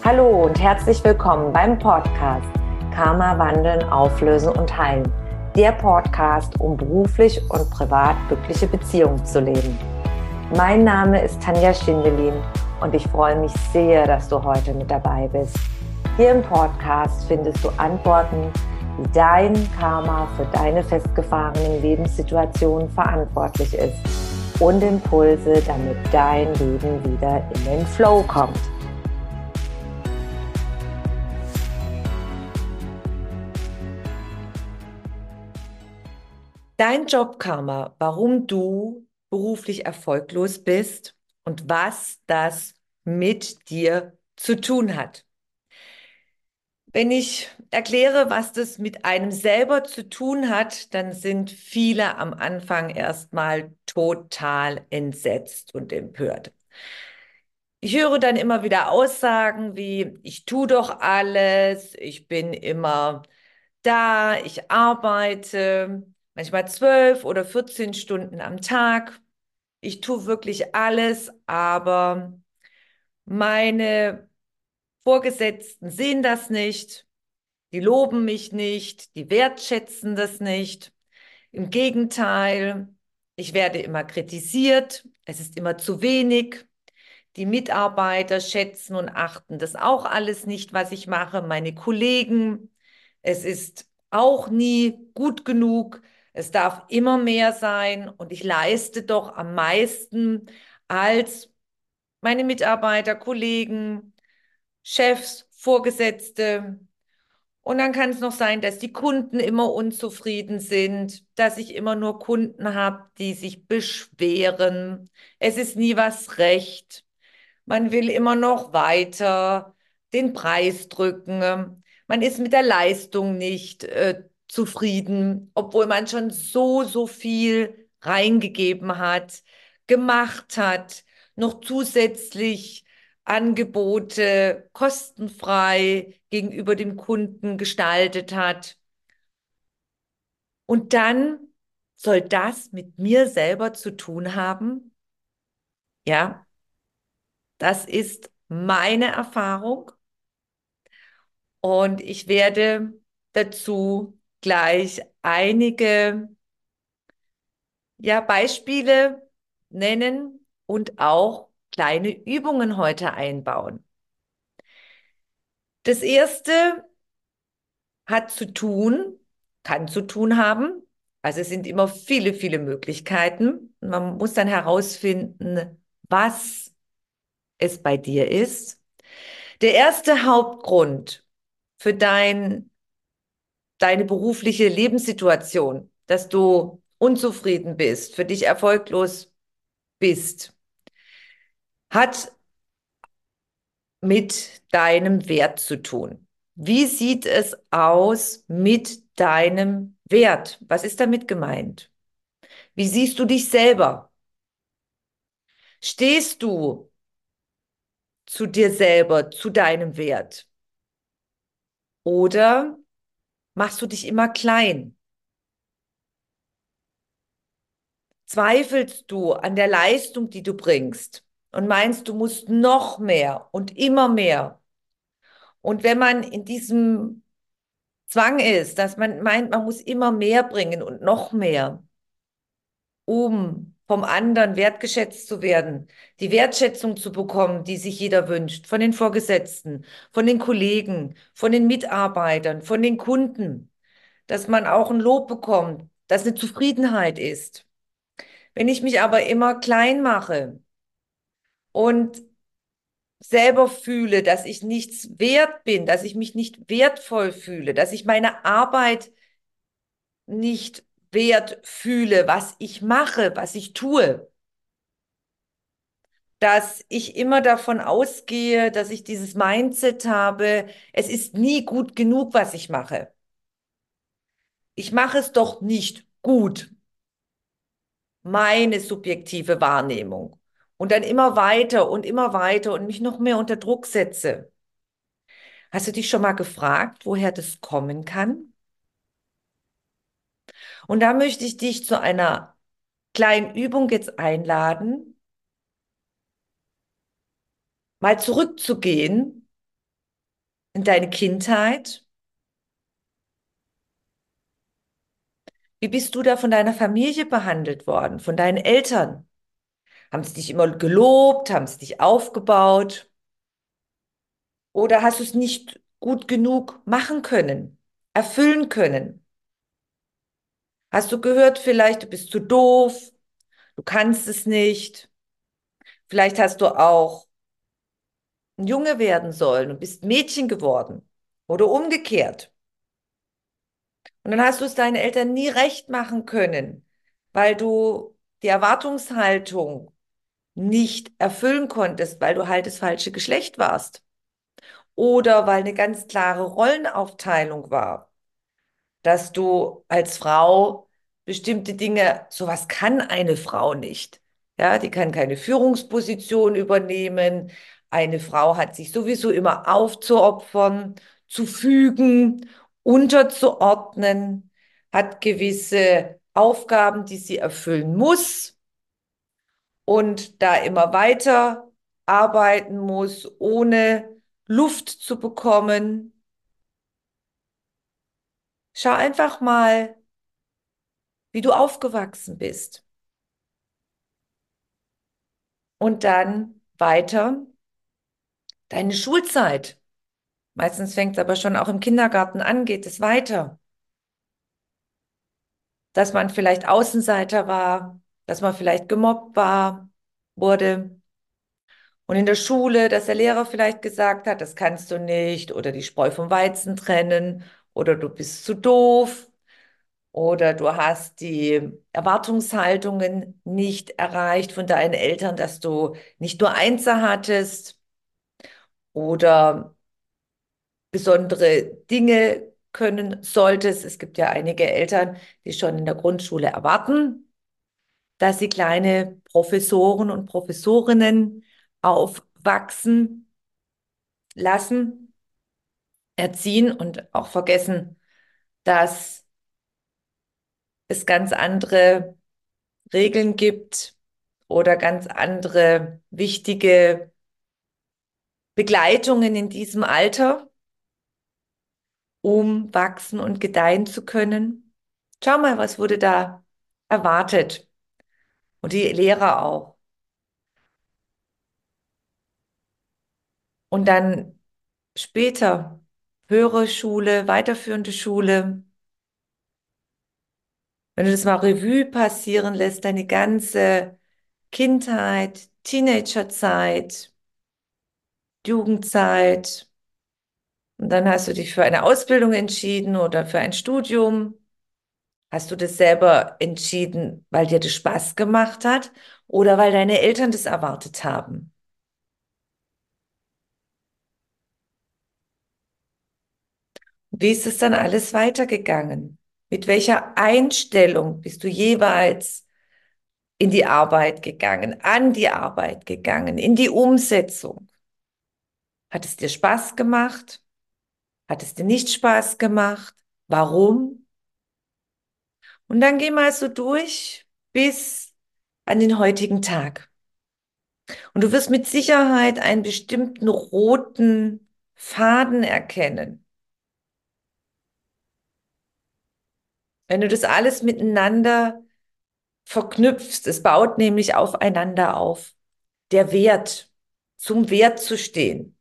Hallo und herzlich willkommen beim Podcast Karma wandeln, auflösen und heilen. Der Podcast, um beruflich und privat glückliche Beziehungen zu leben. Mein Name ist Tanja Schindelin und ich freue mich sehr, dass du heute mit dabei bist. Hier im Podcast findest du Antworten, wie dein Karma für deine festgefahrenen Lebenssituationen verantwortlich ist und Impulse, damit dein Leben wieder in den Flow kommt. Dein Jobkarma, warum du beruflich erfolglos bist und was das mit dir zu tun hat. Wenn ich erkläre, was das mit einem selber zu tun hat, dann sind viele am Anfang erstmal total entsetzt und empört. Ich höre dann immer wieder Aussagen wie, ich tue doch alles, ich bin immer da, ich arbeite manchmal 12 oder 14 Stunden am Tag. Ich tue wirklich alles, aber meine Vorgesetzten sehen das nicht, die loben mich nicht, die wertschätzen das nicht. Im Gegenteil, ich werde immer kritisiert, es ist immer zu wenig. Die Mitarbeiter schätzen und achten das auch alles nicht, was ich mache. Meine Kollegen, es ist auch nie gut genug. Es darf immer mehr sein und ich leiste doch am meisten als meine Mitarbeiter, Kollegen, Chefs, Vorgesetzte. Und dann kann es noch sein, dass die Kunden immer unzufrieden sind, dass ich immer nur Kunden habe, die sich beschweren. Es ist nie was recht. Man will immer noch weiter den Preis drücken. Man ist mit der Leistung nicht zufrieden, obwohl man schon so viel reingegeben hat, gemacht hat, noch zusätzlich Angebote kostenfrei gegenüber dem Kunden gestaltet hat. Und dann soll das mit mir selber zu tun haben? Ja, das ist meine Erfahrung und ich werde dazu gleich einige Beispiele nennen und auch kleine Übungen heute einbauen. Das erste hat zu tun, kann zu tun haben, also es sind immer viele Möglichkeiten. Man muss dann herausfinden, was es bei dir ist. Der erste Hauptgrund für deine berufliche Lebenssituation, dass du unzufrieden bist, für dich erfolglos bist, hat mit deinem Wert zu tun. Wie sieht es aus mit deinem Wert? Was ist damit gemeint? Wie siehst du dich selber? Stehst du zu dir selber, zu deinem Wert? Oder machst du dich immer klein? Zweifelst du an der Leistung, die du bringst und meinst, du musst noch mehr und immer mehr? Und wenn man in diesem Zwang ist, dass man meint, man muss immer mehr bringen und noch mehr, um vom anderen wertgeschätzt zu werden, die Wertschätzung zu bekommen, die sich jeder wünscht, von den Vorgesetzten, von den Kollegen, von den Mitarbeitern, von den Kunden, dass man auch ein Lob bekommt, dass eine Zufriedenheit ist. Wenn ich mich aber immer klein mache und selber fühle, dass ich nichts wert bin, dass ich mich nicht wertvoll fühle, dass ich meine Arbeit nicht wert fühle, was ich mache, was ich tue, dass ich immer davon ausgehe, dass ich dieses Mindset habe, es ist nie gut genug, was ich mache. Ich mache es doch nicht gut, meine subjektive Wahrnehmung. Und dann immer weiter und mich noch mehr unter Druck setze. Hast du dich schon mal gefragt, woher das kommen kann? Und da möchte ich dich zu einer kleinen Übung jetzt einladen, mal zurückzugehen in deine Kindheit? Wie bist du da von deiner Familie behandelt worden, von deinen Eltern? Haben sie dich immer gelobt? Haben sie dich aufgebaut? Oder hast du es nicht gut genug machen können, erfüllen können? Hast du gehört, vielleicht du bist zu doof, du kannst es nicht. Vielleicht hast du auch ein Junge werden sollen und bist Mädchen geworden. Oder umgekehrt. Und dann hast du es deinen Eltern nie recht machen können, weil du die Erwartungshaltung nicht erfüllen konntest, weil du halt das falsche Geschlecht warst. Oder weil eine ganz klare Rollenaufteilung war, dass du als Frau bestimmte Dinge, sowas kann eine Frau nicht. Ja, die kann keine Führungsposition übernehmen. Eine Frau hat sich sowieso immer aufzuopfern, zu fügen, unterzuordnen, hat gewisse Aufgaben, die sie erfüllen muss und da immer weiter arbeiten muss, ohne Luft zu bekommen. Schau einfach mal, wie du aufgewachsen bist. Und dann weiter deine Schulzeit. Meistens fängt es aber schon auch im Kindergarten an, geht es weiter. Dass man vielleicht Außenseiter war, dass man vielleicht gemobbt wurde. Und in der Schule, dass der Lehrer vielleicht gesagt hat, das kannst du nicht, oder die Spreu vom Weizen trennen, oder du bist zu doof, oder du hast die Erwartungshaltungen nicht erreicht von deinen Eltern, dass du nicht nur Einser hattest oder besondere Dinge können solltest. Es gibt ja einige Eltern, die schon in der Grundschule erwarten, dass sie kleine Professoren und Professorinnen aufwachsen lassen, erziehen und auch vergessen, dass es ganz andere Regeln gibt oder ganz andere wichtige Begleitungen in diesem Alter, um wachsen und gedeihen zu können. Schau mal, was wurde da erwartet und die Lehrer auch. Und dann später höhere Schule, weiterführende Schule. Wenn du das mal Revue passieren lässt, deine ganze Kindheit, Teenagerzeit, Jugendzeit, und dann hast du dich für eine Ausbildung entschieden oder für ein Studium. Hast du das selber entschieden, weil dir das Spaß gemacht hat oder weil deine Eltern das erwartet haben? Wie ist es dann alles weitergegangen? Mit welcher Einstellung bist du jeweils in die Arbeit gegangen, an die Arbeit gegangen, in die Umsetzung? Hat es dir Spaß gemacht? Hat es dir nicht Spaß gemacht? Warum? Und dann geh mal so durch bis an den heutigen Tag. Und du wirst mit Sicherheit einen bestimmten roten Faden erkennen. Wenn du das alles miteinander verknüpfst, es baut nämlich aufeinander auf. Der Wert, zum Wert zu stehen.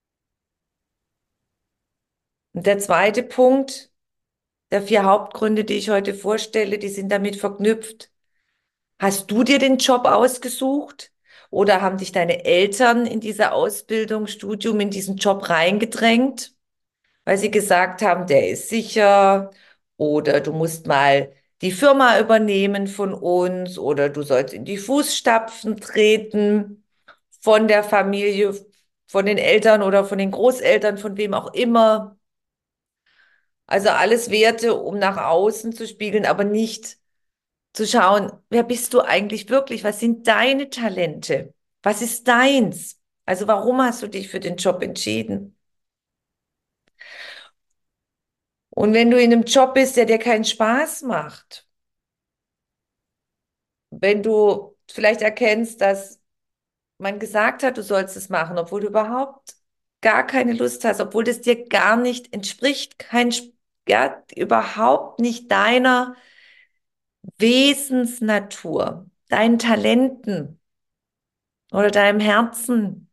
Und der zweite Punkt, der 4 Hauptgründe, die ich heute vorstelle, die sind damit verknüpft. Hast du dir den Job ausgesucht oder haben dich deine Eltern in diese Ausbildung, Studium, in diesen Job reingedrängt, weil sie gesagt haben, der ist sicher oder du musst mal die Firma übernehmen von uns oder du sollst in die Fußstapfen treten von der Familie, von den Eltern oder von den Großeltern, von wem auch immer. Also alles Werte, um nach außen zu spiegeln, aber nicht zu schauen, wer bist du eigentlich wirklich? Was sind deine Talente? Was ist deins? Also warum hast du dich für den Job entschieden? Und wenn du in einem Job bist, der dir keinen Spaß macht, wenn du vielleicht erkennst, dass man gesagt hat, du sollst es machen, obwohl du überhaupt gar keine Lust hast, obwohl das dir gar nicht entspricht, ja, überhaupt nicht deiner Wesensnatur, deinen Talenten oder deinem Herzen,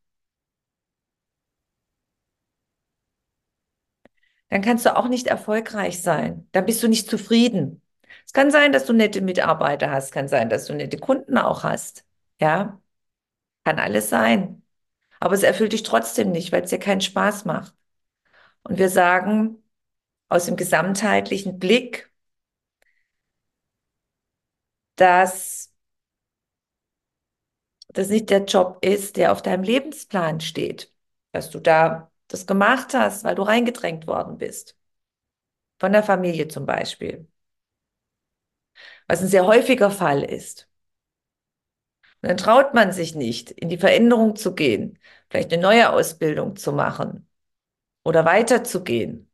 dann kannst du auch nicht erfolgreich sein. Dann bist du nicht zufrieden. Es kann sein, dass du nette Mitarbeiter hast, kann sein, dass du nette Kunden auch hast. Ja, kann alles sein. Aber es erfüllt dich trotzdem nicht, weil es dir keinen Spaß macht. Und wir sagen aus dem gesamtheitlichen Blick, dass das nicht der Job ist, der auf deinem Lebensplan steht, dass du da das gemacht hast, weil du reingedrängt worden bist. Von der Familie zum Beispiel. Was ein sehr häufiger Fall ist. Und dann traut man sich nicht, in die Veränderung zu gehen, vielleicht eine neue Ausbildung zu machen oder weiterzugehen.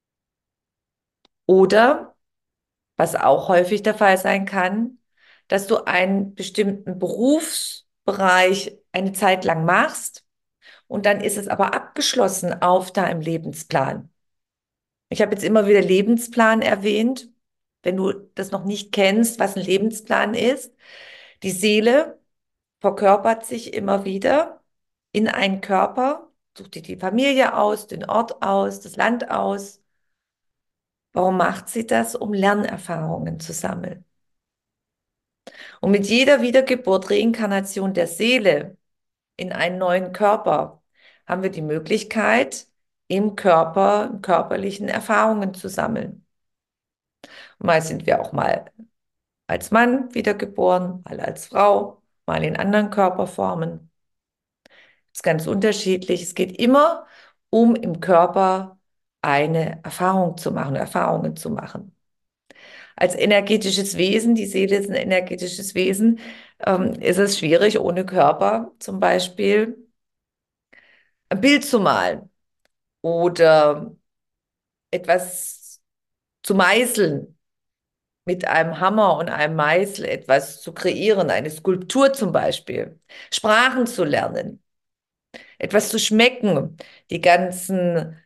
Oder, was auch häufig der Fall sein kann, dass du einen bestimmten Berufsbereich eine Zeit lang machst und dann ist es aber abgeschlossen auf deinem Lebensplan. Ich habe jetzt immer wieder Lebensplan erwähnt. Wenn du das noch nicht kennst, was ein Lebensplan ist, die Seele verkörpert sich immer wieder in einen Körper, sucht dir die Familie aus, den Ort aus, das Land aus. Warum macht sie das? Um Lernerfahrungen zu sammeln. Und mit jeder Wiedergeburt, Reinkarnation der Seele in einen neuen Körper, haben wir die Möglichkeit, im Körper, im körperlichen Erfahrungen zu sammeln. Mal sind wir auch mal als Mann wiedergeboren, mal als Frau, mal in anderen Körperformen. Das ist ganz unterschiedlich. Es geht immer um im Körper eine Erfahrung zu machen, Erfahrungen zu machen. Als energetisches Wesen, die Seele ist ein energetisches Wesen, ist es schwierig, ohne Körper zum Beispiel ein Bild zu malen oder etwas zu meißeln, mit einem Hammer und einem Meißel etwas zu kreieren, eine Skulptur zum Beispiel, Sprachen zu lernen, etwas zu schmecken, die ganzen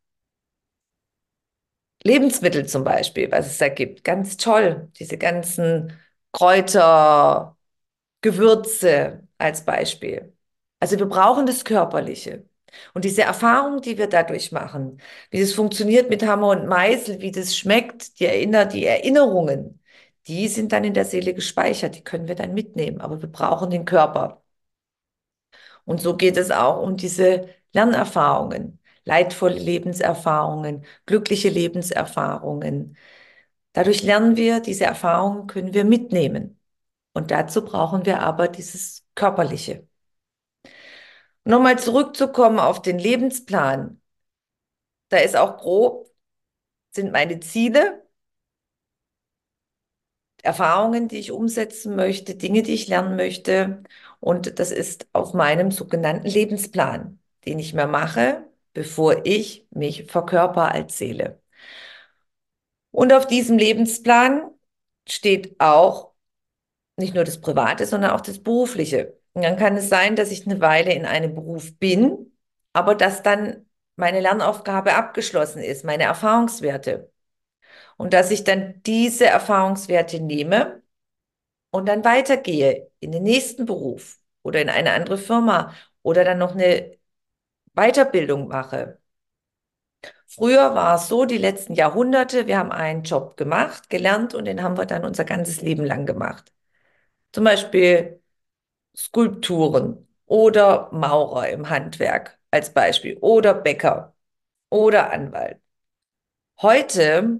Lebensmittel zum Beispiel, was es da gibt, ganz toll, diese ganzen Kräuter, Gewürze als Beispiel. Also wir brauchen das Körperliche. Und diese Erfahrung, die wir dadurch machen, wie das funktioniert mit Hammer und Meißel, wie das schmeckt, die Erinnerungen, die sind dann in der Seele gespeichert, die können wir dann mitnehmen. Aber wir brauchen den Körper. Und so geht es auch um diese Lernerfahrungen, leidvolle Lebenserfahrungen, glückliche Lebenserfahrungen. Dadurch lernen wir, diese Erfahrungen können wir mitnehmen. Und dazu brauchen wir aber dieses Körperliche. Nochmal zurückzukommen auf den Lebensplan. Da ist auch grob, sind meine Ziele, Erfahrungen, die ich umsetzen möchte, Dinge, die ich lernen möchte. Und das ist auf meinem sogenannten Lebensplan, den ich mir mache, bevor ich mich verkörper als Seele. Und auf diesem Lebensplan steht auch nicht nur das Private, sondern auch das Berufliche. Und dann kann es sein, dass ich eine Weile in einem Beruf bin, aber dass dann meine Lernaufgabe abgeschlossen ist, meine Erfahrungswerte. Und dass ich dann diese Erfahrungswerte nehme und dann weitergehe in den nächsten Beruf oder in eine andere Firma oder dann noch eine Weiterbildung mache. Früher war es so, die letzten Jahrhunderte, wir haben einen Job gemacht, gelernt und den haben wir dann unser ganzes Leben lang gemacht. Zum Beispiel Skulpturen oder Maurer im Handwerk als Beispiel oder Bäcker oder Anwalt. Heute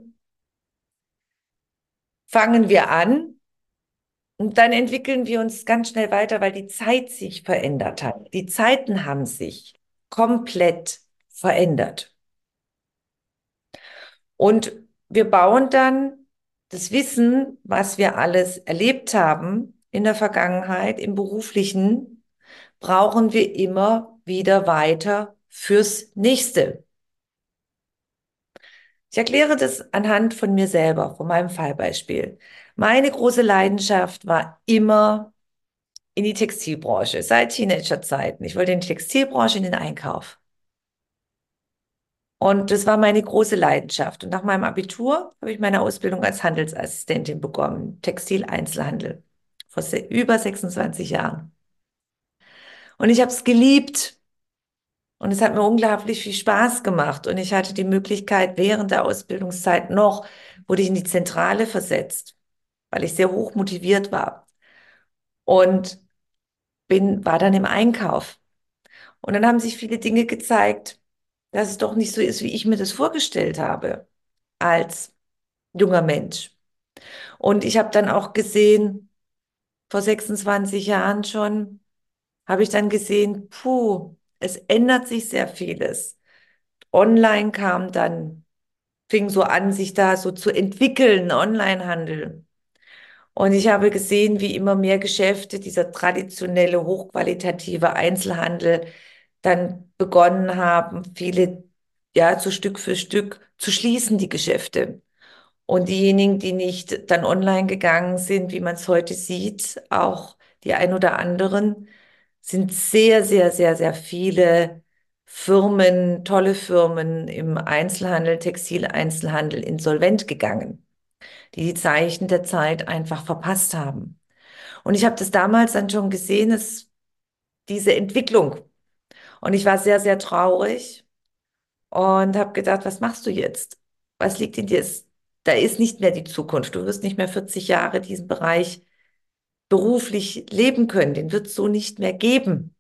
fangen wir an und dann entwickeln wir uns ganz schnell weiter, weil die Zeit sich verändert hat. Die Zeiten haben sich komplett verändert. Und wir bauen dann das Wissen, was wir alles erlebt haben in der Vergangenheit, im Beruflichen, brauchen wir immer wieder weiter fürs Nächste. Ich erkläre das anhand von mir selber, von meinem Fallbeispiel. Meine große Leidenschaft war immer in die Textilbranche, seit Teenagerzeiten. Ich wollte in die Textilbranche, in den Einkauf. Und das war meine große Leidenschaft. Und nach meinem Abitur habe ich meine Ausbildung als Handelsassistentin bekommen, Textileinzelhandel, vor über 26 Jahren. Und ich habe es geliebt und es hat mir unglaublich viel Spaß gemacht. Und ich hatte die Möglichkeit, während der Ausbildungszeit noch, wurde ich in die Zentrale versetzt, weil ich sehr hoch motiviert war und war dann im Einkauf. Und dann haben sich viele Dinge gezeigt, dass es doch nicht so ist, wie ich mir das vorgestellt habe als junger Mensch. Und ich habe dann auch gesehen, vor 26 Jahren schon, habe ich dann gesehen, puh, es ändert sich sehr vieles. Online kam dann, fing so an, sich da so zu entwickeln, Onlinehandel. Und ich habe gesehen, wie immer mehr Geschäfte, dieser traditionelle, hochqualitative Einzelhandel, dann begonnen haben, viele, ja, so Stück für Stück zu schließen, die Geschäfte. Und diejenigen, die nicht dann online gegangen sind, wie man es heute sieht, auch die ein oder anderen, sind sehr, sehr, sehr, sehr viele Firmen, tolle Firmen im Einzelhandel, Textileinzelhandel insolvent gegangen, die die Zeichen der Zeit einfach verpasst haben. Und ich habe das damals dann schon gesehen, diese Entwicklung. Und ich war sehr, sehr traurig und habe gedacht, was machst du jetzt? Was liegt in dir? Da ist nicht mehr die Zukunft. Du wirst nicht mehr 40 Jahre diesen Bereich beruflich leben können. Den wird es so nicht mehr geben.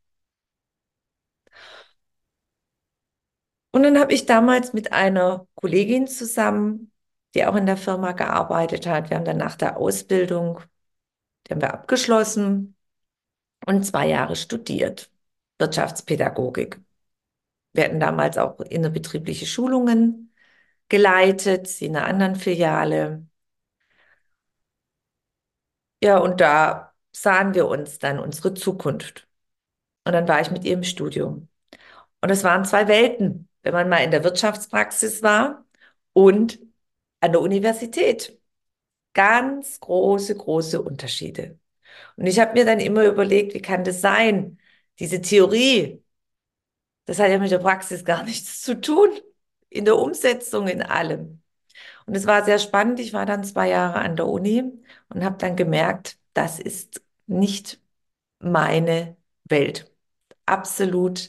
Und dann habe ich damals mit einer Kollegin zusammen, die auch in der Firma gearbeitet hat, wir haben dann nach der Ausbildung, die haben wir abgeschlossen und 2 Jahre studiert, Wirtschaftspädagogik. Wir hatten damals auch innerbetriebliche Schulungen geleitet, sie in einer anderen Filiale. Ja, und da sahen wir uns dann unsere Zukunft. Und dann war ich mit ihr im Studium. Und es waren zwei Welten, wenn man mal in der Wirtschaftspraxis war und an der Universität. Ganz große, große Unterschiede. Und ich habe mir dann immer überlegt, wie kann das sein? Diese Theorie, das hat ja mit der Praxis gar nichts zu tun, in der Umsetzung, in allem. Und es war sehr spannend. Ich war dann 2 Jahre an der Uni und habe dann gemerkt, das ist nicht meine Welt. Absolut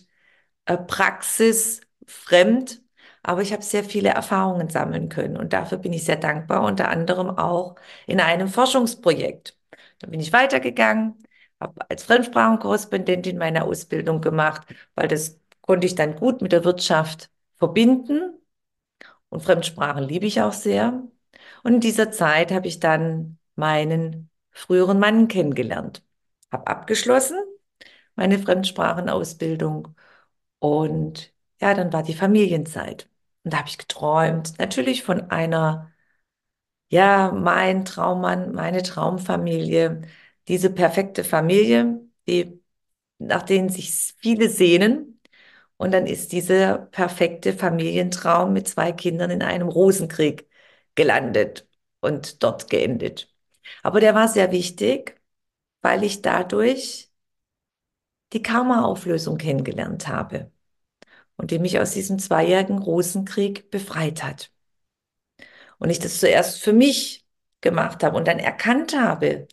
praxisfremd, aber ich habe sehr viele Erfahrungen sammeln können und dafür bin ich sehr dankbar, unter anderem auch in einem Forschungsprojekt. Da bin ich weitergegangen, habe als Fremdsprachenkorrespondentin meine Ausbildung gemacht, weil das konnte ich dann gut mit der Wirtschaft verbinden und Fremdsprachen liebe ich auch sehr. Und in dieser Zeit habe ich dann meinen früheren Mann kennengelernt, habe abgeschlossen, meine Fremdsprachenausbildung und ja, dann war die Familienzeit. Und da habe ich geträumt, natürlich von einer, ja, mein Traummann, meine Traumfamilie, diese perfekte Familie, nach denen sich viele sehnen. Und dann ist dieser perfekte Familientraum mit 2 Kindern in einem Rosenkrieg gelandet und dort geendet. Aber der war sehr wichtig, weil ich dadurch die Karma-Auflösung kennengelernt habe und die mich aus diesem 2-jährigen Rosenkrieg befreit hat. Und ich das zuerst für mich gemacht habe und dann erkannt habe,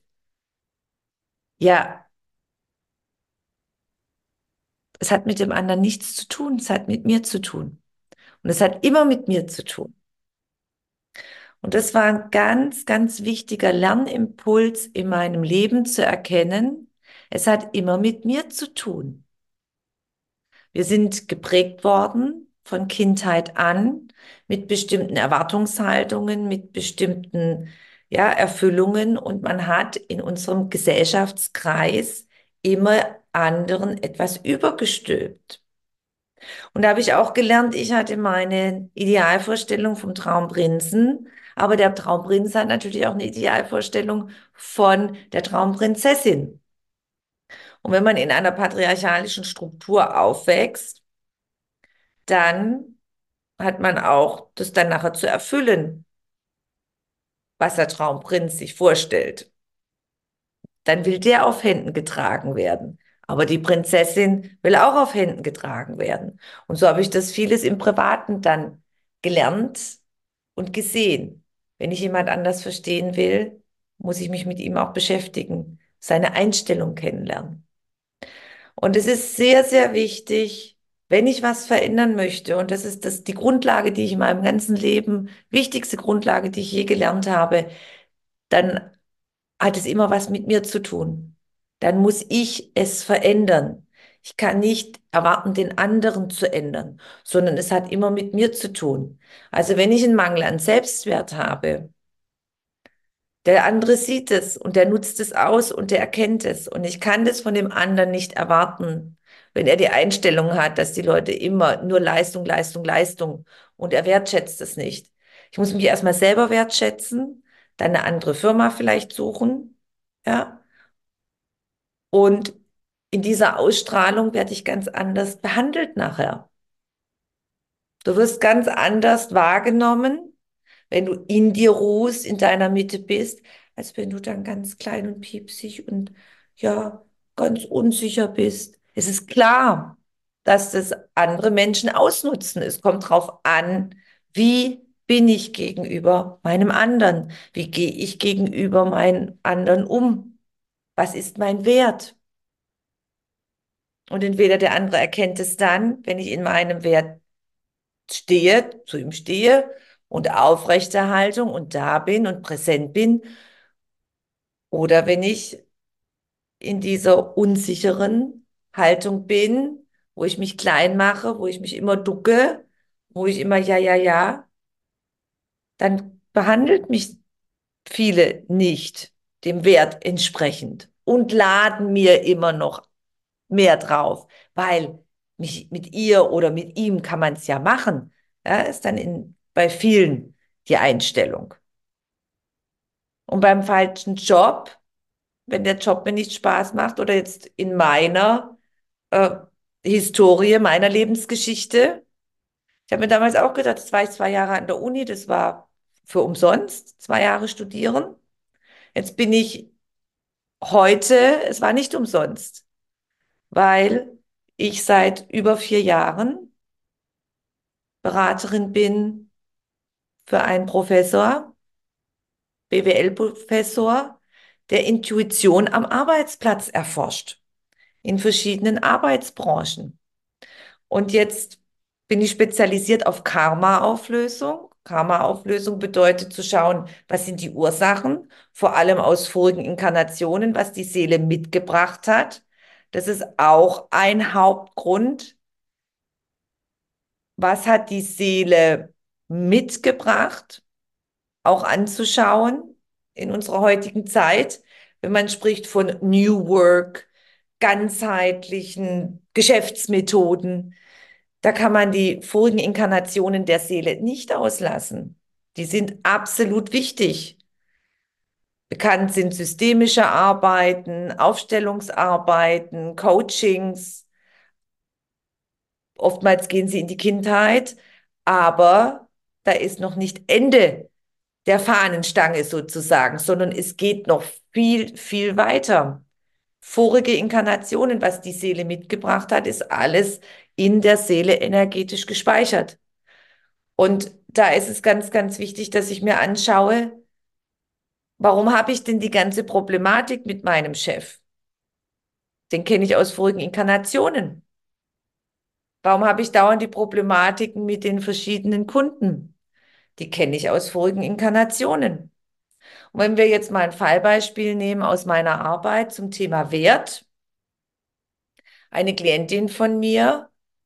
ja, es hat mit dem anderen nichts zu tun, es hat mit mir zu tun. Und es hat immer mit mir zu tun. Und das war ein ganz, ganz wichtiger Lernimpuls in meinem Leben zu erkennen, es hat immer mit mir zu tun. Wir sind geprägt worden von Kindheit an mit bestimmten Erwartungshaltungen, mit bestimmten, ja, Erfüllungen und man hat in unserem Gesellschaftskreis immer anderen etwas übergestülpt. Und da habe ich auch gelernt, ich hatte meine Idealvorstellung vom Traumprinzen, aber der Traumprinz hat natürlich auch eine Idealvorstellung von der Traumprinzessin. Und wenn man in einer patriarchalischen Struktur aufwächst, dann hat man auch das dann nachher zu erfüllen, was der Traumprinz sich vorstellt. Dann will der auf Händen getragen werden. Aber die Prinzessin will auch auf Händen getragen werden. Und so habe ich das vieles im Privaten dann gelernt und gesehen. Wenn ich jemand anders verstehen will, muss ich mich mit ihm auch beschäftigen, seine Einstellung kennenlernen. Und es ist sehr, sehr wichtig, wenn ich was verändern möchte, und das ist die Grundlage, die ich in meinem ganzen Leben, wichtigste Grundlage, die ich je gelernt habe, dann hat es immer was mit mir zu tun. Dann muss ich es verändern. Ich kann nicht erwarten, den anderen zu ändern, sondern es hat immer mit mir zu tun. Also wenn ich einen Mangel an Selbstwert habe, der andere sieht es und der nutzt es aus und der erkennt es. Und ich kann das von dem anderen nicht erwarten, wenn er die Einstellung hat, dass die Leute immer nur Leistung, Leistung, Leistung und er wertschätzt es nicht. Ich muss mich erstmal selber wertschätzen, dann eine andere Firma vielleicht suchen, ja. Und in dieser Ausstrahlung werde ich ganz anders behandelt nachher. Du wirst ganz anders wahrgenommen, wenn du in dir ruhst, in deiner Mitte bist, als wenn du dann ganz klein und piepsig und ja, ganz unsicher bist. Es ist klar, dass das andere Menschen ausnutzen. Es kommt darauf an, wie bin ich gegenüber meinem anderen? Wie gehe ich gegenüber meinen anderen um? Was ist mein Wert? Und entweder der andere erkennt es dann, wenn ich in meinem Wert stehe, zu ihm stehe und Aufrechterhaltung und da bin und präsent bin, oder wenn ich in dieser unsicheren Haltung bin, wo ich mich klein mache, wo ich mich immer ducke, wo ich immer ja, ja, ja, dann behandelt mich viele nicht dem Wert entsprechend und laden mir immer noch mehr drauf, weil mich mit ihr oder mit ihm kann man es ja machen. Ja, ist dann bei vielen die Einstellung. Und beim falschen Job, wenn der Job mir nicht Spaß macht oder jetzt in meiner äh, Historie, meiner Lebensgeschichte, ich habe mir damals auch gedacht, das war ich 2 Jahre an der Uni, das war für umsonst, 2 Jahre studieren. Jetzt bin ich heute, es war nicht umsonst, weil ich seit über 4 Jahren Beraterin bin für einen Professor, BWL-Professor, der Intuition am Arbeitsplatz erforscht, in verschiedenen Arbeitsbranchen. Und jetzt bin ich spezialisiert auf Karma-Auflösung. Karma-Auflösung bedeutet zu schauen, was sind die Ursachen, vor allem aus vorigen Inkarnationen, was die Seele mitgebracht hat. Das ist auch ein Hauptgrund. Was hat die Seele mitgebracht? Auch anzuschauen in unserer heutigen Zeit, wenn man spricht von New Work, ganzheitlichen Geschäftsmethoden. Da kann man die vorigen Inkarnationen der Seele nicht auslassen. Die sind absolut wichtig. Bekannt sind systemische Arbeiten, Aufstellungsarbeiten, Coachings. Oftmals gehen sie in die Kindheit, aber da ist noch nicht Ende der Fahnenstange sozusagen, sondern es geht noch viel, viel weiter. Vorige Inkarnationen, was die Seele mitgebracht hat, ist alles in der Seele energetisch gespeichert. Und da ist es ganz, ganz wichtig, dass ich mir anschaue, warum habe ich denn die ganze Problematik mit meinem Chef? Den kenne ich aus vorigen Inkarnationen. Warum habe ich dauernd die Problematiken mit den verschiedenen Kunden? Die kenne ich aus vorigen Inkarnationen. Und wenn wir jetzt mal ein Fallbeispiel nehmen aus meiner Arbeit zum Thema Wert. Eine Klientin von mir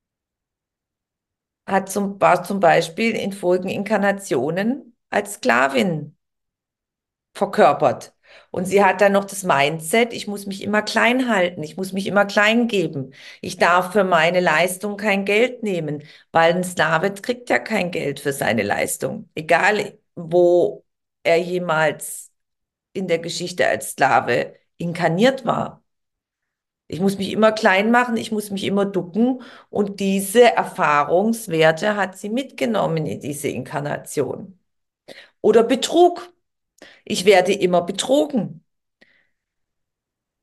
war zum Beispiel in vorigen Inkarnationen als Sklavin verkörpert. Und sie hat dann noch das Mindset, ich muss mich immer klein halten, ich muss mich immer klein geben. Ich darf für meine Leistung kein Geld nehmen, weil ein Sklave kriegt ja kein Geld für seine Leistung. Egal, wo er jemals in der Geschichte als Sklave inkarniert war. Ich muss mich immer klein machen, ich muss mich immer ducken und diese Erfahrungswerte hat sie mitgenommen in diese Inkarnation. Oder Betrug. Ich werde immer betrogen.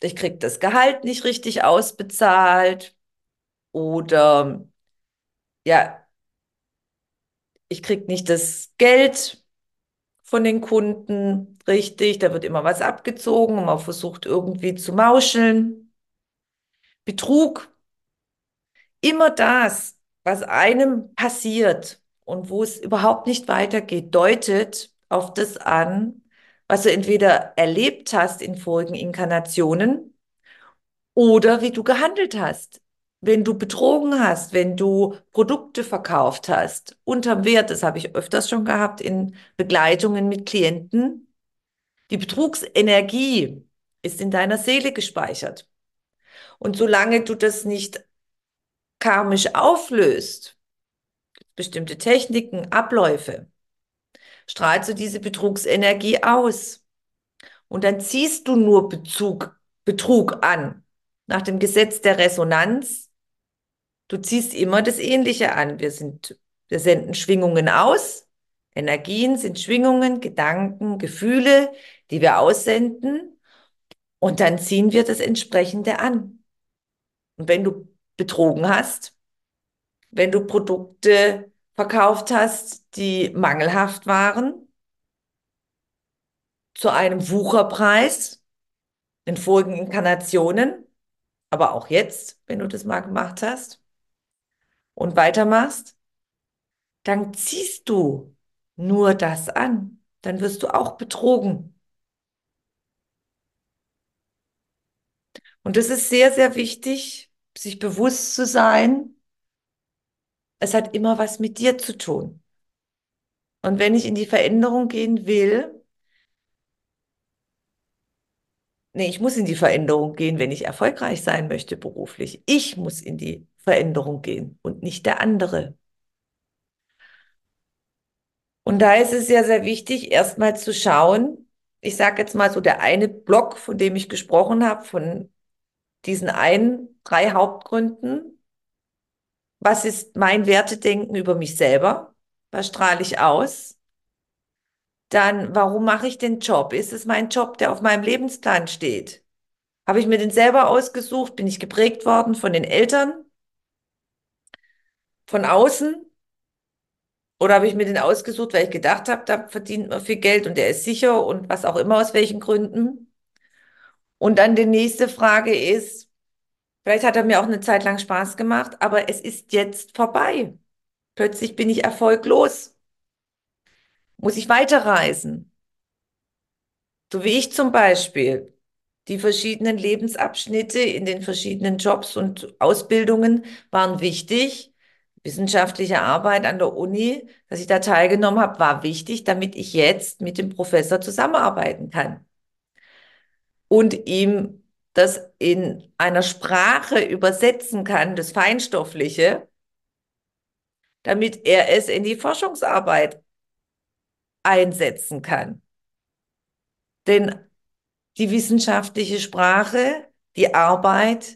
ich kriege das Gehalt nicht richtig ausbezahlt oder ja, ich kriege nicht das Geld von den Kunden richtig, da wird immer was abgezogen und man versucht irgendwie zu mauscheln. Betrug, immer das, was einem passiert und wo es überhaupt nicht weitergeht, deutet auf das an, was du entweder erlebt hast in vorigen Inkarnationen oder wie du gehandelt hast. Wenn du betrogen hast, wenn du Produkte verkauft hast, unterm Wert, das habe ich öfters schon gehabt in Begleitungen mit Klienten, die Betrugsenergie ist in deiner Seele gespeichert. Und solange du das nicht karmisch auflöst, bestimmte Techniken, Abläufe, strahlst du diese Betrugsenergie aus. Und dann ziehst du nur Betrug an. Nach dem Gesetz der Resonanz, du ziehst immer das Ähnliche an. Wir senden Schwingungen aus. Energien sind Schwingungen, Gedanken, Gefühle, die wir aussenden. Und dann ziehen wir das entsprechende an. Und wenn du betrogen hast, wenn du Produkte verkauft hast, die mangelhaft waren, zu einem Wucherpreis in vorigen Inkarnationen, aber auch jetzt, wenn du das mal gemacht hast und weitermachst, dann ziehst du nur das an. Dann wirst du auch betrogen. Und das ist sehr, sehr wichtig, sich bewusst zu sein, es hat immer was mit dir zu tun. Und wenn ich in die Veränderung gehen will, nee, ich muss in die Veränderung gehen, wenn ich erfolgreich sein möchte beruflich. Ich muss in die Veränderung gehen und nicht der andere. Und da ist es sehr, sehr wichtig, erstmal zu schauen, ich sage jetzt mal so, der eine Block, von dem ich gesprochen habe, von diesen drei Hauptgründen. Was ist mein Wertedenken über mich selber? Was strahle ich aus? Dann, warum mache ich den Job? Ist es mein Job, der auf meinem Lebensplan steht? Habe ich mir den selber ausgesucht? Bin ich geprägt worden von den Eltern, von außen? Oder habe ich mir den ausgesucht, weil ich gedacht habe, da verdient man viel Geld und der ist sicher und was auch immer, aus welchen Gründen? Und dann die nächste Frage ist, vielleicht hat er mir auch eine Zeit lang Spaß gemacht, aber es ist jetzt vorbei. Plötzlich bin ich erfolglos. Muss ich weiterreisen? So wie ich zum Beispiel. Die verschiedenen Lebensabschnitte in den verschiedenen Jobs und Ausbildungen waren wichtig. Wissenschaftliche Arbeit an der Uni, dass ich da teilgenommen habe, war wichtig, damit ich jetzt mit dem Professor zusammenarbeiten kann und ihm das in einer Sprache übersetzen kann, das Feinstoffliche, damit er es in die Forschungsarbeit einsetzen kann. Denn die wissenschaftliche Sprache, die Arbeit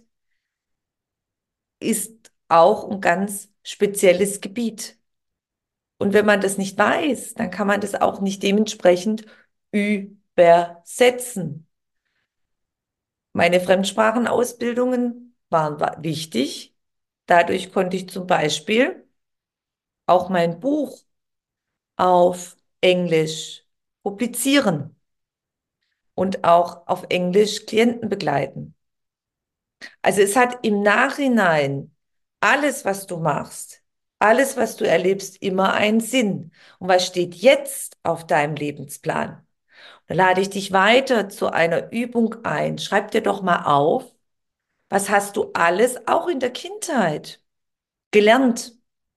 ist auch ein ganz spezielles Gebiet. Und wenn man das nicht weiß, dann kann man das auch nicht dementsprechend übersetzen. Meine Fremdsprachenausbildungen waren wichtig. Dadurch konnte ich zum Beispiel auch mein Buch auf Englisch publizieren und auch auf Englisch Klienten begleiten. Also es hat im Nachhinein alles, was du machst, alles, was du erlebst, immer einen Sinn. Und was steht jetzt auf deinem Lebensplan? Da lade ich dich weiter zu einer Übung ein. Schreib dir doch mal auf, was hast du alles, auch in der Kindheit, gelernt?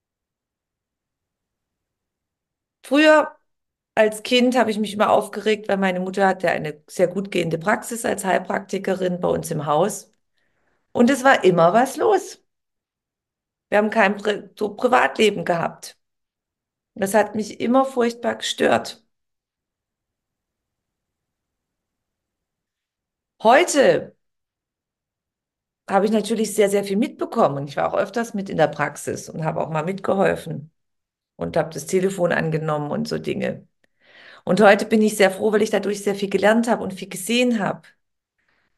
Früher als Kind habe ich mich immer aufgeregt, weil meine Mutter hatte eine sehr gut gehende Praxis als Heilpraktikerin bei uns im Haus. Und es war immer was los. Wir haben kein so Privatleben gehabt. Das hat mich immer furchtbar gestört. Heute habe ich natürlich sehr, sehr viel mitbekommen. Ich war auch öfters mit in der Praxis und habe auch mal mitgeholfen und habe das Telefon angenommen und so Dinge. Und heute bin ich sehr froh, weil ich dadurch sehr viel gelernt habe und viel gesehen habe.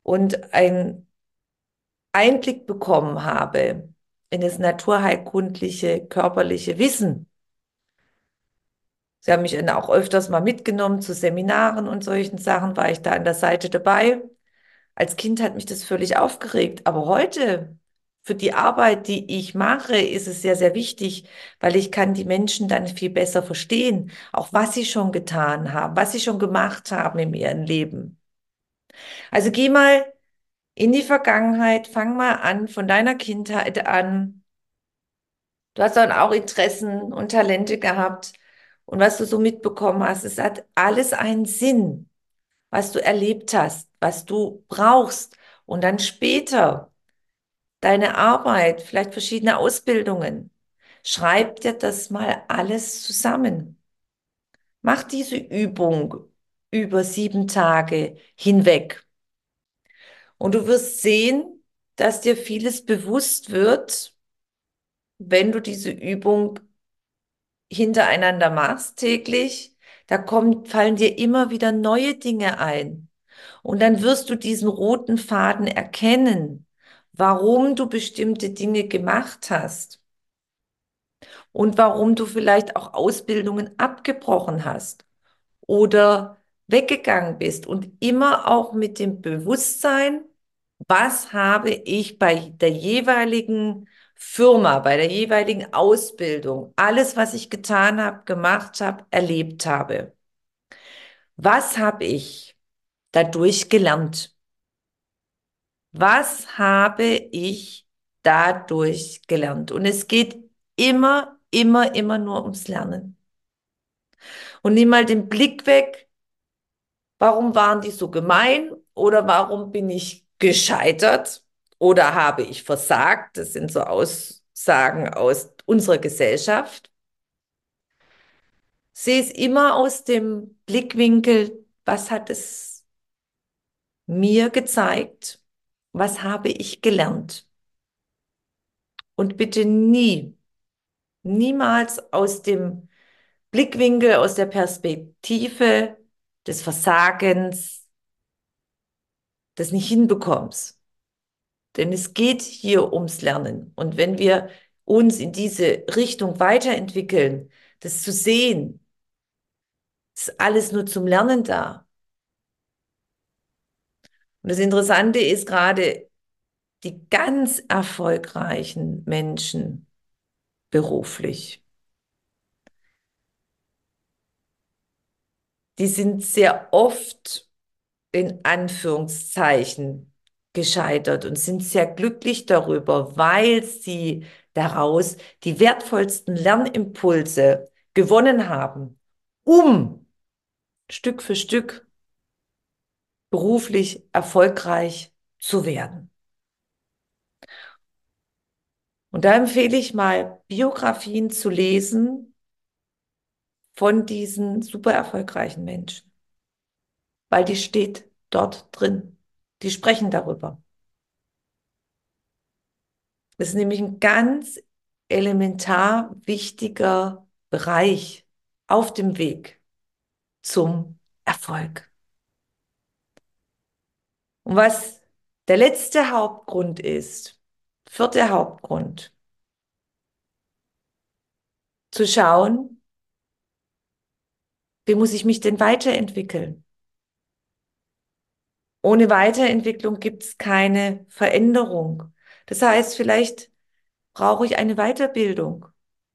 und einen Einblick bekommen habe in das naturheilkundliche, körperliche Wissen. Sie haben mich dann auch öfters mal mitgenommen zu Seminaren und solchen Sachen, war ich da an der Seite dabei. Als Kind hat mich das völlig aufgeregt, aber heute für die Arbeit, die ich mache, ist es sehr, sehr wichtig, weil ich kann die Menschen dann viel besser verstehen, auch was sie schon getan haben, was sie schon gemacht haben in ihrem Leben. Also geh mal in die Vergangenheit, fang mal an, von deiner Kindheit an. Du hast dann auch Interessen und Talente gehabt und was du so mitbekommen hast, es hat alles einen Sinn, was du erlebt hast, was du brauchst und dann später deine Arbeit, vielleicht verschiedene Ausbildungen. Schreib dir das mal alles zusammen. Mach diese Übung über 7 Tage hinweg. Und du wirst sehen, dass dir vieles bewusst wird, wenn du diese Übung hintereinander machst täglich. Fallen dir immer wieder neue Dinge ein. Und dann wirst du diesen roten Faden erkennen, warum du bestimmte Dinge gemacht hast. Und warum du vielleicht auch Ausbildungen abgebrochen hast oder weggegangen bist und immer auch mit dem Bewusstsein, was habe ich bei der jeweiligen Firma, bei der jeweiligen Ausbildung, alles, was ich getan habe, gemacht habe, erlebt habe. Was habe ich dadurch gelernt? Was habe ich dadurch gelernt? Und es geht immer, immer, immer nur ums Lernen. Und nimm mal den Blick weg, warum waren die so gemein oder warum bin ich gescheitert oder habe ich versagt? Das sind so Aussagen aus unserer Gesellschaft. Sehe es immer aus dem Blickwinkel, was hat es mir gezeigt? Was habe ich gelernt? Und bitte niemals aus dem Blickwinkel, aus der Perspektive des Versagens, des Nicht-Hinbekommens. Denn es geht hier ums Lernen. Und wenn wir uns in diese Richtung weiterentwickeln, das zu sehen, ist alles nur zum Lernen da. Und das Interessante ist gerade, die ganz erfolgreichen Menschen beruflich, die sind sehr oft in Anführungszeichen gescheitert und sind sehr glücklich darüber, weil sie daraus die wertvollsten Lernimpulse gewonnen haben, um Stück für Stück beruflich erfolgreich zu werden. Und da empfehle ich mal, Biografien zu lesen von diesen super erfolgreichen Menschen, weil die steht dort drin. Die sprechen darüber. Das ist nämlich ein ganz elementar wichtiger Bereich auf dem Weg zum Erfolg. Und was der letzte Hauptgrund ist, vierte Hauptgrund, zu schauen, wie muss ich mich denn weiterentwickeln? Ohne Weiterentwicklung gibt es keine Veränderung. Das heißt, vielleicht brauche ich eine Weiterbildung,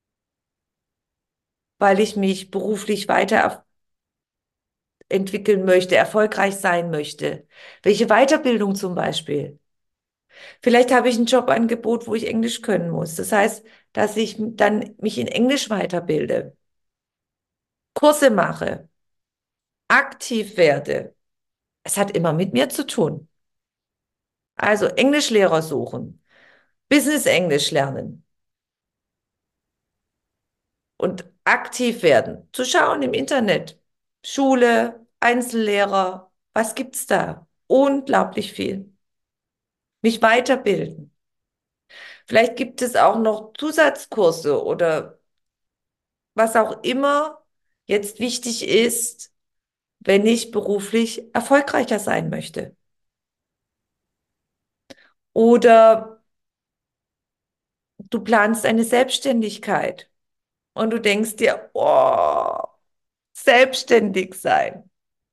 weil ich mich beruflich weiterentwickeln möchte, erfolgreich sein möchte. Welche Weiterbildung zum Beispiel? Vielleicht habe ich ein Jobangebot, wo ich Englisch können muss. Das heißt, dass ich dann mich in Englisch weiterbilde, Kurse mache, aktiv werde. Es hat immer mit mir zu tun. Also Englischlehrer suchen, Business Englisch lernen und aktiv werden. Zu schauen im Internet, Schule, Einzellehrer, was gibt's da? Unglaublich viel. Mich weiterbilden. Vielleicht gibt es auch noch Zusatzkurse oder was auch immer jetzt wichtig ist, wenn ich beruflich erfolgreicher sein möchte. Oder du planst eine Selbstständigkeit und du denkst dir, oh, selbstständig sein.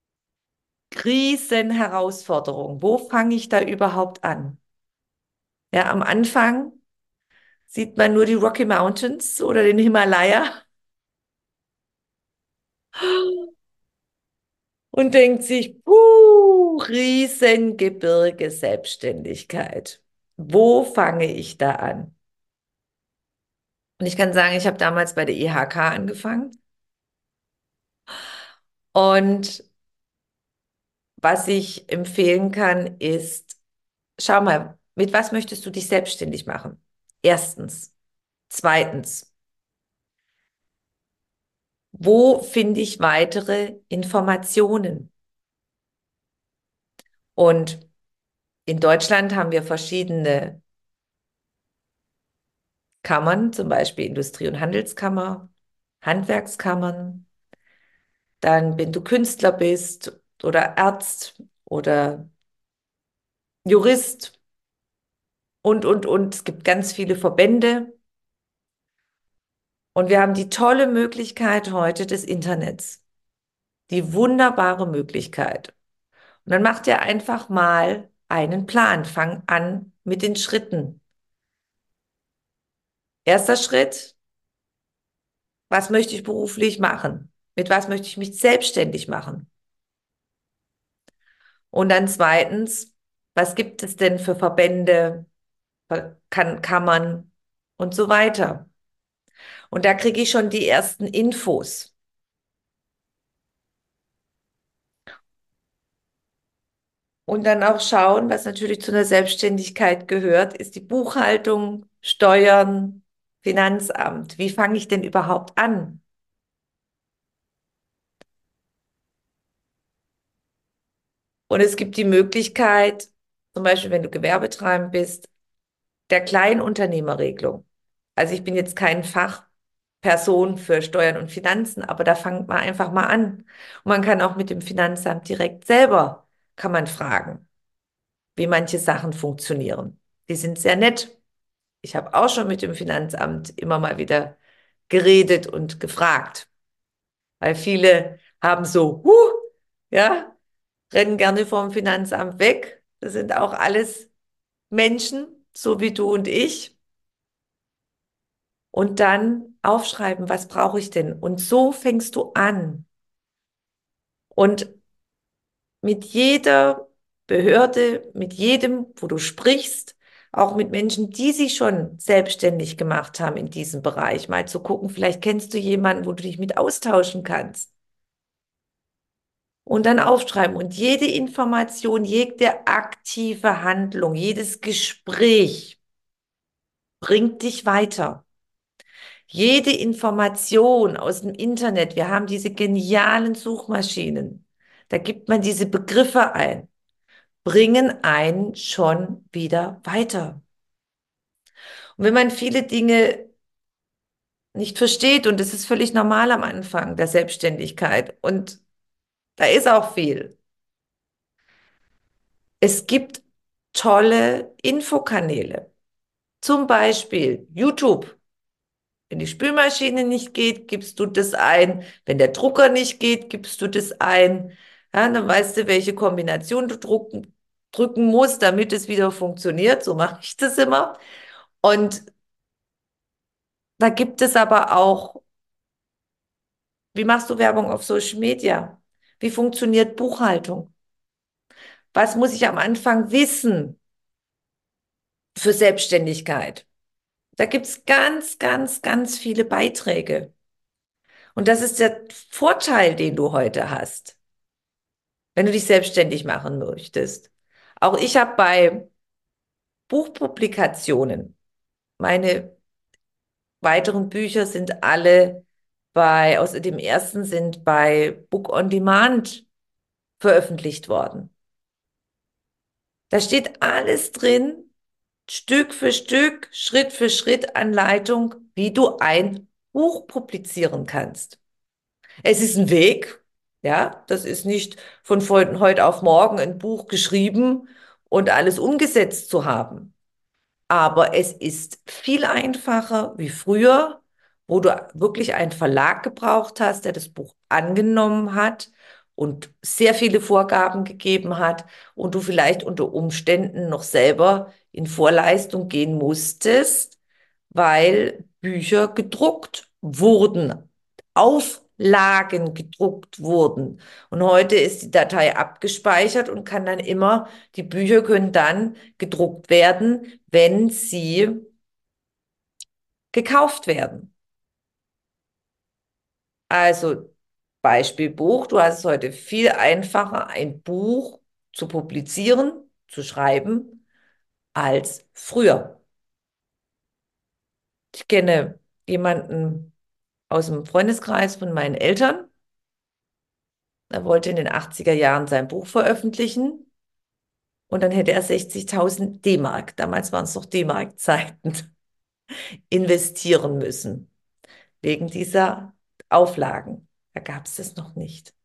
Riesenherausforderung. Wo fange ich da überhaupt an? Ja, am Anfang sieht man nur die Rocky Mountains oder den Himalaya und denkt sich, Riesengebirge Selbstständigkeit. Wo fange ich da an? Und ich kann sagen, ich habe damals bei der IHK angefangen. Und was ich empfehlen kann, ist, schau mal, mit was möchtest du dich selbstständig machen? Erstens. Zweitens, wo finde ich weitere Informationen? Und in Deutschland haben wir verschiedene Kammern, zum Beispiel Industrie- und Handelskammer, Handwerkskammern. Dann, wenn du Künstler bist oder Arzt oder Jurist und. Es gibt ganz viele Verbände. Und wir haben die tolle Möglichkeit heute des Internets. Die wunderbare Möglichkeit. Und dann mach dir einfach mal einen Plan. Fang an mit den Schritten. Erster Schritt, was möchte ich beruflich machen? Mit was möchte ich mich selbstständig machen? Und dann zweitens, was gibt es denn für Verbände, Kammern und so weiter? Und da kriege ich schon die ersten Infos. Und dann auch schauen, was natürlich zu einer Selbstständigkeit gehört, ist die Buchhaltung, Steuern, Finanzamt. Wie fange ich denn überhaupt an? Und es gibt die Möglichkeit, zum Beispiel, wenn du gewerbetreibend bist, der Kleinunternehmerregelung. Also ich bin jetzt kein Fachperson für Steuern und Finanzen, aber da fangt man einfach mal an. Und man kann auch mit dem Finanzamt direkt selber, kann man fragen, wie manche Sachen funktionieren. Die sind sehr nett. Ich habe auch schon mit dem Finanzamt immer mal wieder geredet und gefragt, weil viele haben so, ja, rennen gerne vom Finanzamt weg. Das sind auch alles Menschen, so wie du und ich. Und dann aufschreiben, was brauche ich denn? Und so fängst du an. Und mit jeder Behörde, mit jedem, wo du sprichst, auch mit Menschen, die sich schon selbstständig gemacht haben in diesem Bereich, mal zu gucken, vielleicht kennst du jemanden, wo du dich mit austauschen kannst. Und dann aufschreiben. Und jede Information, jede aktive Handlung, jedes Gespräch bringt dich weiter. Jede Information aus dem Internet, wir haben diese genialen Suchmaschinen, da gibt man diese Begriffe ein, bringen einen schon wieder weiter. Und wenn man viele Dinge nicht versteht, und das ist völlig normal am Anfang der Selbstständigkeit, und da ist auch viel. Es gibt tolle Infokanäle, zum Beispiel YouTube. Wenn die Spülmaschine nicht geht, gibst du das ein. Wenn der Drucker nicht geht, gibst du das ein. Ja, dann weißt du, welche Kombination du drücken musst, damit es wieder funktioniert. So mache ich das immer. Und da gibt es aber auch, wie machst du Werbung auf Social Media? Wie funktioniert Buchhaltung? Was muss ich am Anfang wissen für Selbstständigkeit? Da gibt es ganz, ganz, ganz viele Beiträge. Und das ist der Vorteil, den du heute hast, wenn du dich selbstständig machen möchtest. Auch ich habe bei Buchpublikationen, meine weiteren Bücher sind alle außer dem ersten sind bei Book on Demand veröffentlicht worden. Da steht alles drin, Stück für Stück, Schritt für Schritt Anleitung, wie du ein Buch publizieren kannst. Es ist ein Weg, ja, das ist nicht von heute auf morgen ein Buch geschrieben und alles umgesetzt zu haben. Aber es ist viel einfacher wie früher, wo du wirklich einen Verlag gebraucht hast, der das Buch angenommen hat und sehr viele Vorgaben gegeben hat und du vielleicht unter Umständen noch selber in Vorleistung gehen musstest, weil Bücher gedruckt wurden, Auflagen gedruckt wurden. Und heute ist die Datei abgespeichert und kann dann immer, die Bücher können dann gedruckt werden, wenn sie gekauft werden. Also Beispielbuch, du hast es heute viel einfacher, ein Buch zu publizieren, zu schreiben, als früher. Ich kenne jemanden aus dem Freundeskreis von meinen Eltern. Er wollte in den 80er Jahren sein Buch veröffentlichen und dann hätte er 60.000 D-Mark, damals waren es noch D-Mark-Zeiten, investieren müssen, wegen dieser Auflagen. Da gab es das noch nicht.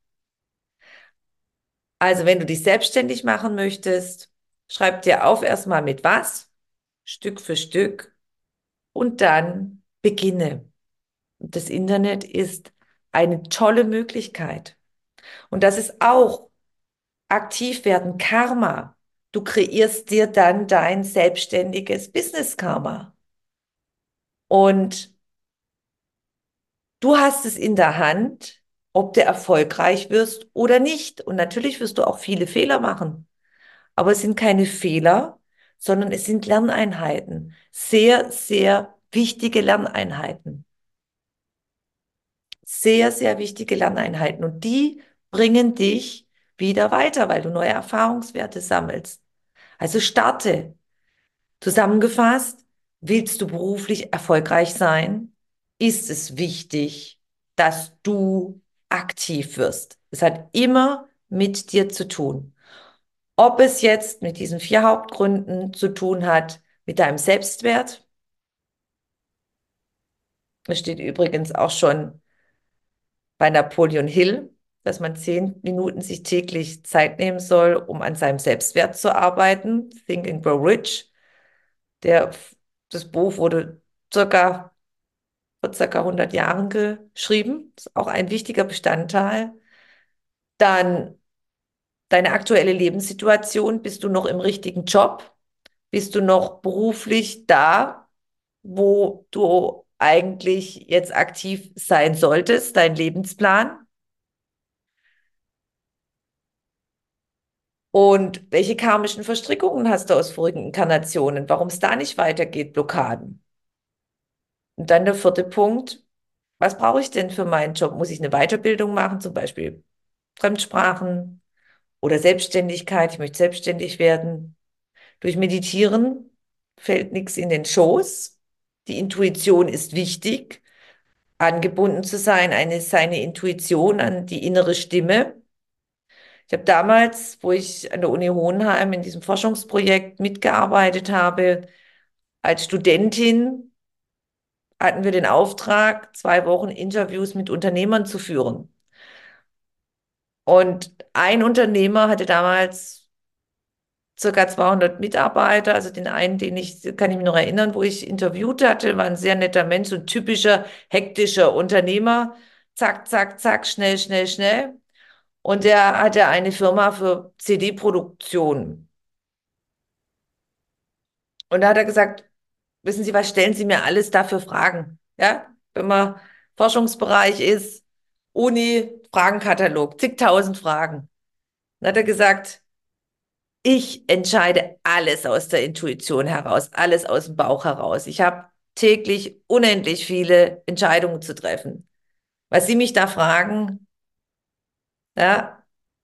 Also wenn du dich selbstständig machen möchtest, schreib dir auf erstmal mit was, Stück für Stück und dann beginne. Und das Internet ist eine tolle Möglichkeit. Und das ist auch aktiv werden, Karma. Du kreierst dir dann dein selbstständiges Business-Karma. Und du hast es in der Hand, ob du erfolgreich wirst oder nicht. Und natürlich wirst du auch viele Fehler machen. Aber es sind keine Fehler, sondern es sind Lerneinheiten. Sehr, sehr wichtige Lerneinheiten. Sehr, sehr wichtige Lerneinheiten. Und die bringen dich wieder weiter, weil du neue Erfahrungswerte sammelst. Also starte. Zusammengefasst, willst du beruflich erfolgreich sein, ist es wichtig, dass du aktiv wirst. Es hat immer mit dir zu tun. Ob es jetzt mit diesen 4 Hauptgründen zu tun hat, mit deinem Selbstwert, das steht übrigens auch schon bei Napoleon Hill, dass man 10 Minuten sich täglich Zeit nehmen soll, um an seinem Selbstwert zu arbeiten. Think and Grow Rich. Der, das Buch wurde circa vor circa 100 Jahren geschrieben. Das ist auch ein wichtiger Bestandteil. Dann deine aktuelle Lebenssituation. Bist du noch im richtigen Job? Bist du noch beruflich da, wo du eigentlich jetzt aktiv sein solltest? Dein Lebensplan? Und welche karmischen Verstrickungen hast du aus vorigen Inkarnationen? Warum es da nicht weitergeht, Blockaden? Und dann der 4. Punkt. Was brauche ich denn für meinen Job? Muss ich eine Weiterbildung machen, zum Beispiel Fremdsprachen oder Selbstständigkeit? Ich möchte selbstständig werden. Durch Meditieren fällt nichts in den Schoß. Die Intuition ist wichtig, angebunden zu sein, seine Intuition an die innere Stimme. Ich habe damals, wo ich an der Uni Hohenheim in diesem Forschungsprojekt mitgearbeitet habe, als Studentin hatten wir den Auftrag, 2 Wochen Interviews mit Unternehmern zu führen. Und ein Unternehmer hatte damals circa 200 Mitarbeiter. Also den einen, den ich, kann ich mich noch erinnern, wo ich interviewt hatte, war ein sehr netter Mensch, so ein typischer, hektischer Unternehmer. Zack, zack, zack, schnell, schnell, schnell. Und der hatte eine Firma für CD-Produktion. Und da hat er gesagt, wissen Sie was, stellen Sie mir alles dafür Fragen. Ja, wenn man Forschungsbereich ist, Uni, Fragenkatalog, zigtausend Fragen. Dann hat er gesagt, ich entscheide alles aus der Intuition heraus, alles aus dem Bauch heraus. Ich habe täglich unendlich viele Entscheidungen zu treffen. Was Sie mich da fragen, ja,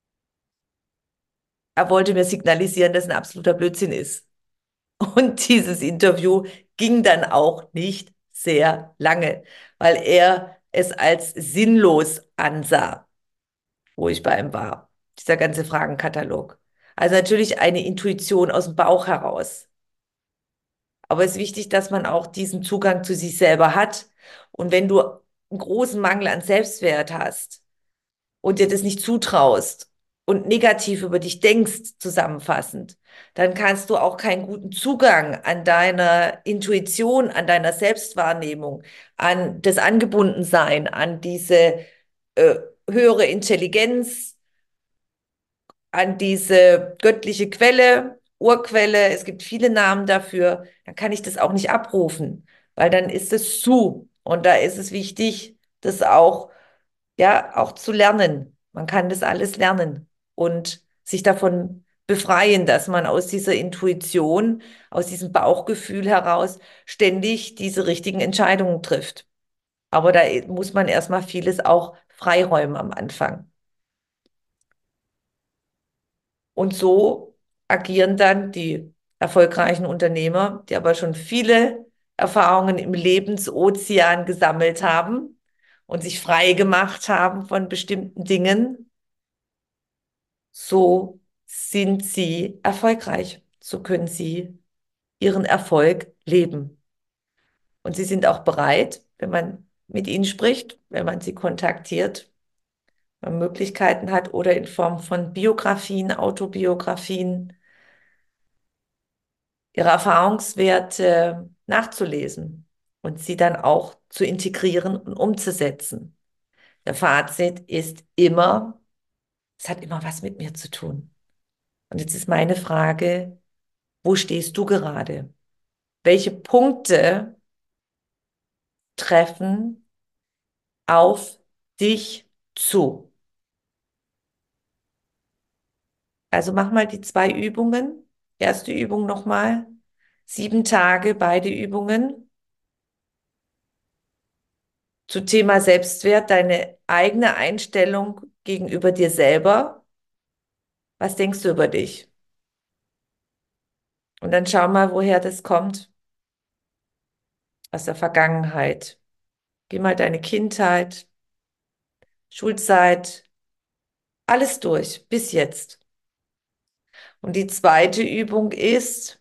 er wollte mir signalisieren, dass ein absoluter Blödsinn ist. Und dieses Interview ging dann auch nicht sehr lange, weil er es als sinnlos ansah, wo ich bei ihm war. Dieser ganze Fragenkatalog. Also natürlich eine Intuition aus dem Bauch heraus. Aber es ist wichtig, dass man auch diesen Zugang zu sich selber hat. Und wenn du einen großen Mangel an Selbstwert hast und dir das nicht zutraust, und negativ über dich denkst, zusammenfassend, dann kannst du auch keinen guten Zugang an deiner Intuition, an deiner Selbstwahrnehmung, an das Angebundensein, an diese äh, höhere Intelligenz, an diese göttliche Quelle, Urquelle, es gibt viele Namen dafür, dann kann ich das auch nicht abrufen, weil dann ist es zu. Und da ist es wichtig, das auch, ja, auch zu lernen. Man kann das alles lernen und sich davon befreien, dass man aus dieser Intuition, aus diesem Bauchgefühl heraus ständig diese richtigen Entscheidungen trifft. Aber da muss man erstmal vieles auch freiräumen am Anfang. Und so agieren dann die erfolgreichen Unternehmer, die aber schon viele Erfahrungen im Lebensozean gesammelt haben und sich frei gemacht haben von bestimmten Dingen. So sind sie erfolgreich. So können sie ihren Erfolg leben. Und sie sind auch bereit, wenn man mit ihnen spricht, wenn man sie kontaktiert, wenn man Möglichkeiten hat oder in Form von Biografien, Autobiografien, ihre Erfahrungswerte nachzulesen und sie dann auch zu integrieren und umzusetzen. Der Fazit ist immer, es hat immer was mit mir zu tun. Und jetzt ist meine Frage, wo stehst du gerade? Welche Punkte treffen auf dich zu? Also mach mal die 2 Übungen. Erste Übung nochmal. 7 Tage, beide Übungen. Zu Thema Selbstwert, deine eigene Einstellung gegenüber dir selber. Was denkst du über dich? Und dann schau mal, woher das kommt. Aus der Vergangenheit. Geh mal deine Kindheit, Schulzeit, alles durch, bis jetzt. Und die zweite Übung ist,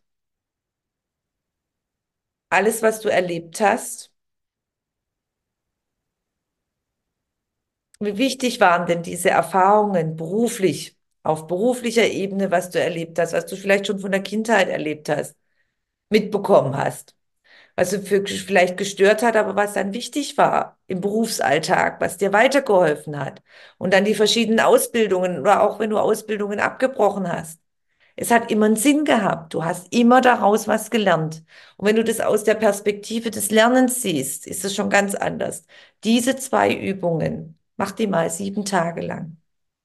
alles, was du erlebt hast. Wie wichtig waren denn diese Erfahrungen beruflich, auf beruflicher Ebene, was du erlebt hast, was du vielleicht schon von der Kindheit erlebt hast, mitbekommen hast, was du vielleicht gestört hat, aber was dann wichtig war im Berufsalltag, was dir weitergeholfen hat. Und dann die verschiedenen Ausbildungen oder auch wenn du Ausbildungen abgebrochen hast. Es hat immer einen Sinn gehabt. Du hast immer daraus was gelernt. Und wenn du das aus der Perspektive des Lernens siehst, ist es schon ganz anders. Diese 2 Übungen, mach die mal 7 Tage lang.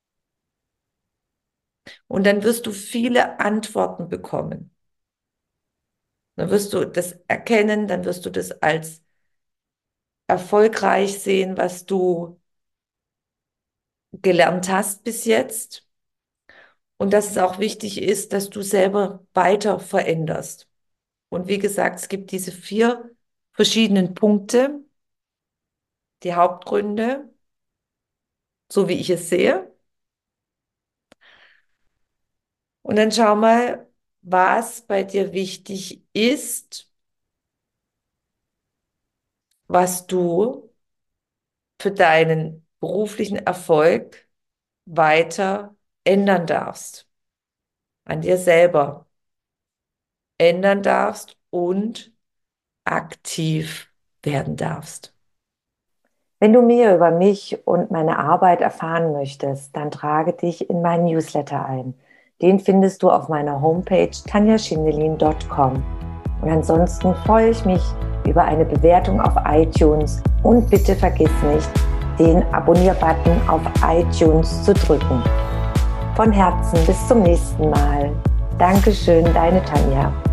Und dann wirst du viele Antworten bekommen. Dann wirst du das erkennen, dann wirst du das als erfolgreich sehen, was du gelernt hast bis jetzt. Und dass es auch wichtig ist, dass du selber weiter veränderst. Und wie gesagt, es gibt diese 4 verschiedenen Punkte, die Hauptgründe, so wie ich es sehe. Und dann schau mal, was bei dir wichtig ist, was du für deinen beruflichen Erfolg weiter ändern darfst, an dir selber ändern darfst und aktiv werden darfst. Wenn du mehr über mich und meine Arbeit erfahren möchtest, dann trage dich in meinen Newsletter ein. Den findest du auf meiner Homepage tanjaschindelin.com. Und ansonsten freue ich mich über eine Bewertung auf iTunes und bitte vergiss nicht, den Abonnier-Button auf iTunes zu drücken. Von Herzen bis zum nächsten Mal. Dankeschön, deine Tanja.